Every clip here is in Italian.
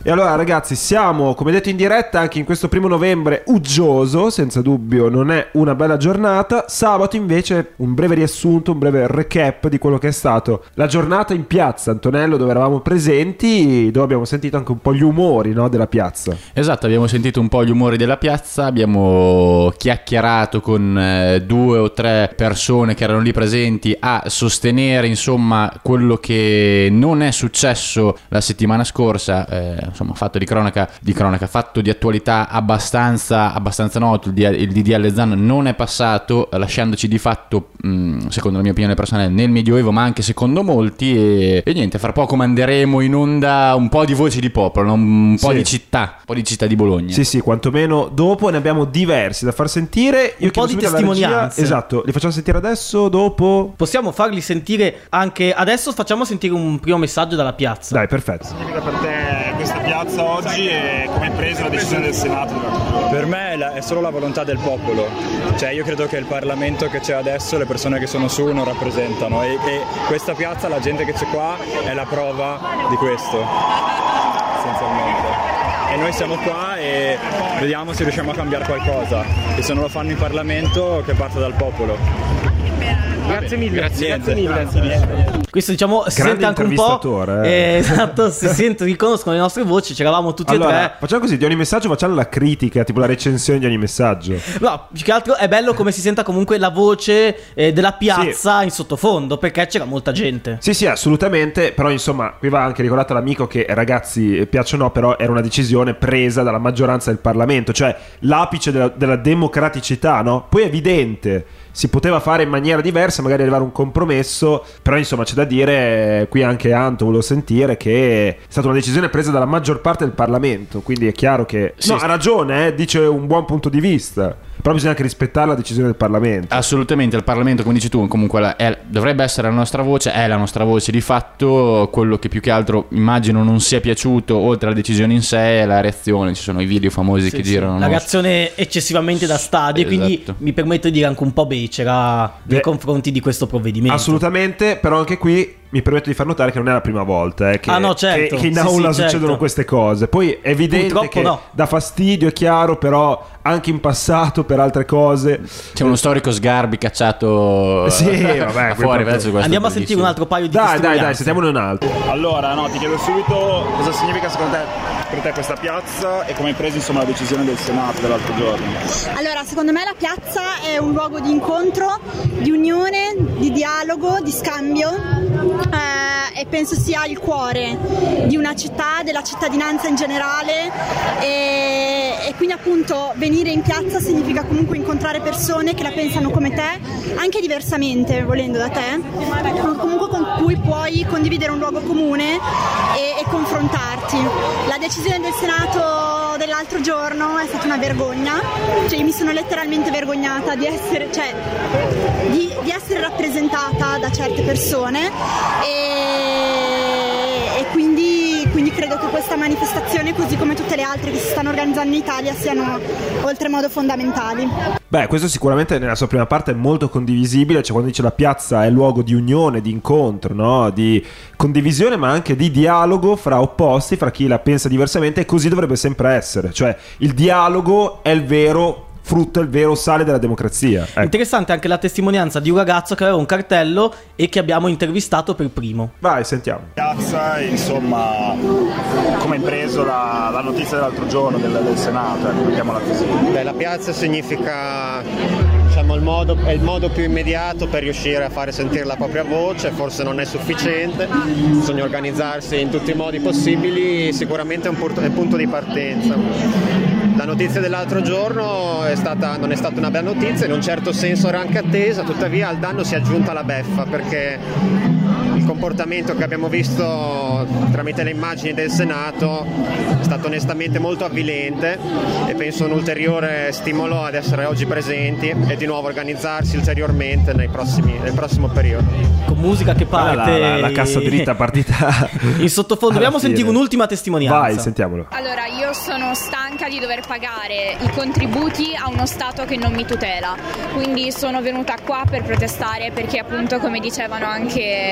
E allora ragazzi, siamo come detto in diretta anche in questo 1 novembre uggioso, senza dubbio non è una bella giornata. Sabato invece un breve riassunto, un breve recap di quello che è stato la giornata in piazza Antonello, dove eravamo presenti, dove abbiamo sentito anche un po' gli umori, no, della piazza. Esatto, abbiamo sentito un po' gli umori della piazza, abbiamo chiacchierato con 2 o 3 persone che erano lì presenti a sostenere insomma quello che non è successo la settimana scorsa, insomma fatto di cronaca, fatto di attualità abbastanza noto. Il DDL Zan non è passato, lasciandoci di fatto, secondo la mia opinione personale, nel Medioevo, ma anche secondo molti, e niente, fra poco manderemo in onda un po' di voci di popolo, un po' di città, un po' di città di Bologna. Sì, quantomeno dopo ne abbiamo diversi da far sentire. Un po' di testimonianze. Esatto, li facciamo sentire adesso, dopo? Possiamo farli sentire anche adesso, facciamo sentire un primo messaggio dalla piazza. Dai, perfetto. Significa per te questa piazza oggi e come hai preso la decisione del Senato? Per me è solo la volontà del popolo, cioè io credo che il Parlamento che c'è adesso, le persone che sono su non rappresentano e questa piazza, la gente che c'è qua è la prova di questo, essenzialmente. E noi siamo qua e vediamo se riusciamo a cambiare qualcosa, e se non lo fanno in Parlamento che parte dal popolo. Grazie mille. Grazie mille. Questo diciamo si sente anche un po'. Esatto, si sente, riconoscono le nostre voci. C'eravamo tutti e tre. Facciamo così: di ogni messaggio facciamo la critica, tipo la recensione di ogni messaggio. No, più che altro è bello come si senta comunque la voce della piazza in sottofondo, perché c'era molta gente. Sì, assolutamente. Però insomma, qui va anche ricordato l'amico che, ragazzi, piacciono o no, però era una decisione presa dalla maggioranza del Parlamento, cioè l'apice della democraticità, no? Poi è evidente, si poteva fare in maniera diversa, magari arrivare a un compromesso, però insomma c'è da dire, qui anche Anto volevo sentire, che è stata una decisione presa dalla maggior parte del Parlamento, quindi è chiaro che ha ragione, dice un buon punto di vista, però bisogna anche rispettare la decisione del Parlamento. Assolutamente, il Parlamento, come dici tu, comunque dovrebbe essere la nostra voce, è la nostra voce di fatto. Quello che più che altro immagino non sia piaciuto, oltre alla decisione in sé, è la reazione. Ci sono i video famosi che girano. La reazione eccessivamente da stadio, esatto. Quindi mi permetto di dire anche un po' becera nei confronti di questo provvedimento. Assolutamente, però anche qui mi permetto di far notare che non è la prima volta che in aula succedono queste cose. Poi è evidente purtroppo che dà fastidio, è chiaro, però anche in passato per altre cose c'è uno storico Sgarbi cacciato fuori. Andiamo a sentire un altro paio di testimonianze. Dai, sentiamone un altro. Allora, ti chiedo subito cosa significa secondo te per te questa piazza e come hai preso insomma la decisione del Senato dell'altro giorno. Allora, secondo me la piazza è un luogo di incontro, di unione, di dialogo, di scambio. E penso sia il cuore di una città, della cittadinanza in generale, e quindi appunto venire in piazza significa comunque incontrare persone che la pensano come te, anche diversamente volendo da te, comunque con cui puoi condividere un luogo comune e confrontarti. La decisione del Senato dell'altro giorno è stata una vergogna, cioè io mi sono letteralmente vergognata di essere, di essere rappresentata da certe persone, e quindi credo che questa manifestazione, così come tutte le altre che si stanno organizzando in Italia, siano oltremodo fondamentali. Beh, questo sicuramente nella sua prima parte è molto condivisibile, cioè quando dice la piazza è luogo di unione, di incontro, no? Di condivisione, ma anche di dialogo fra opposti, fra chi la pensa diversamente, e così dovrebbe sempre essere, cioè il dialogo è il vero frutto, il vero sale della democrazia. Interessante anche la testimonianza di un ragazzo che aveva un cartello e che abbiamo intervistato per primo. Vai, sentiamo. Piazza, insomma, come hai preso la notizia dell'altro giorno del Senato, mettiamola così. La piazza significa, è il modo più immediato per riuscire a fare sentire la propria voce. Forse non è sufficiente, bisogna organizzarsi in tutti i modi possibili, sicuramente è un punto di partenza. La notizia dell'altro giorno non è stata una bella notizia, in un certo senso era anche attesa, tuttavia al danno si è aggiunta la beffa, perché il comportamento che abbiamo visto tramite le immagini del Senato è stato onestamente molto avvilente, e penso un ulteriore stimolo ad essere oggi presenti e di nuovo organizzarsi ulteriormente nel prossimo periodo. Con musica che parte, la cassa dritta partita in sottofondo. Dobbiamo sentire un'ultima testimonianza. Vai, sentiamolo. Allora, io sono stanca di dover pagare i contributi a uno Stato che non mi tutela, quindi sono venuta qua per protestare, perché appunto, come dicevano anche i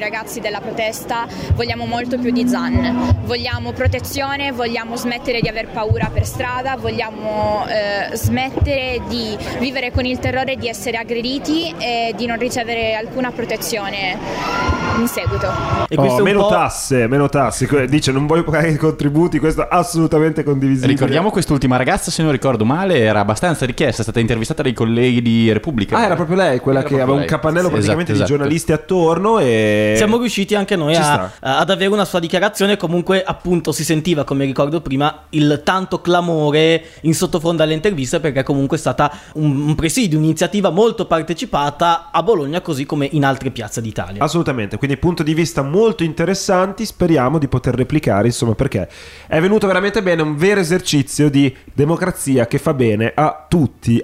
ragazzi della protesta vogliamo molto più di Zan, vogliamo protezione, vogliamo smettere di aver paura per strada, vogliamo smettere di vivere con il terrore di essere aggrediti e di non ricevere alcuna protezione in seguito. E questo meno tasse, dice non voglio pagare i contributi, questo è assolutamente condivisibile. Ricordiamo quest'ultima ragazza, se non ricordo male, era abbastanza richiesta, è stata intervistata dai colleghi di Repubblica. Era proprio lei, quella che aveva un capannello praticamente di giornalisti attorno, e siamo riusciti anche noi ad avere una sua dichiarazione. Comunque appunto si sentiva, come ricordo prima, il tanto clamore in sottofondo alle interviste, perché comunque è stata un presidio, un'iniziativa molto partecipata a Bologna, così come in altre piazze d'Italia. Assolutamente, quindi punti di vista molto interessanti, speriamo di poter replicare, insomma, perché è venuto veramente bene, un vero esercizio di democrazia che fa bene a tutti,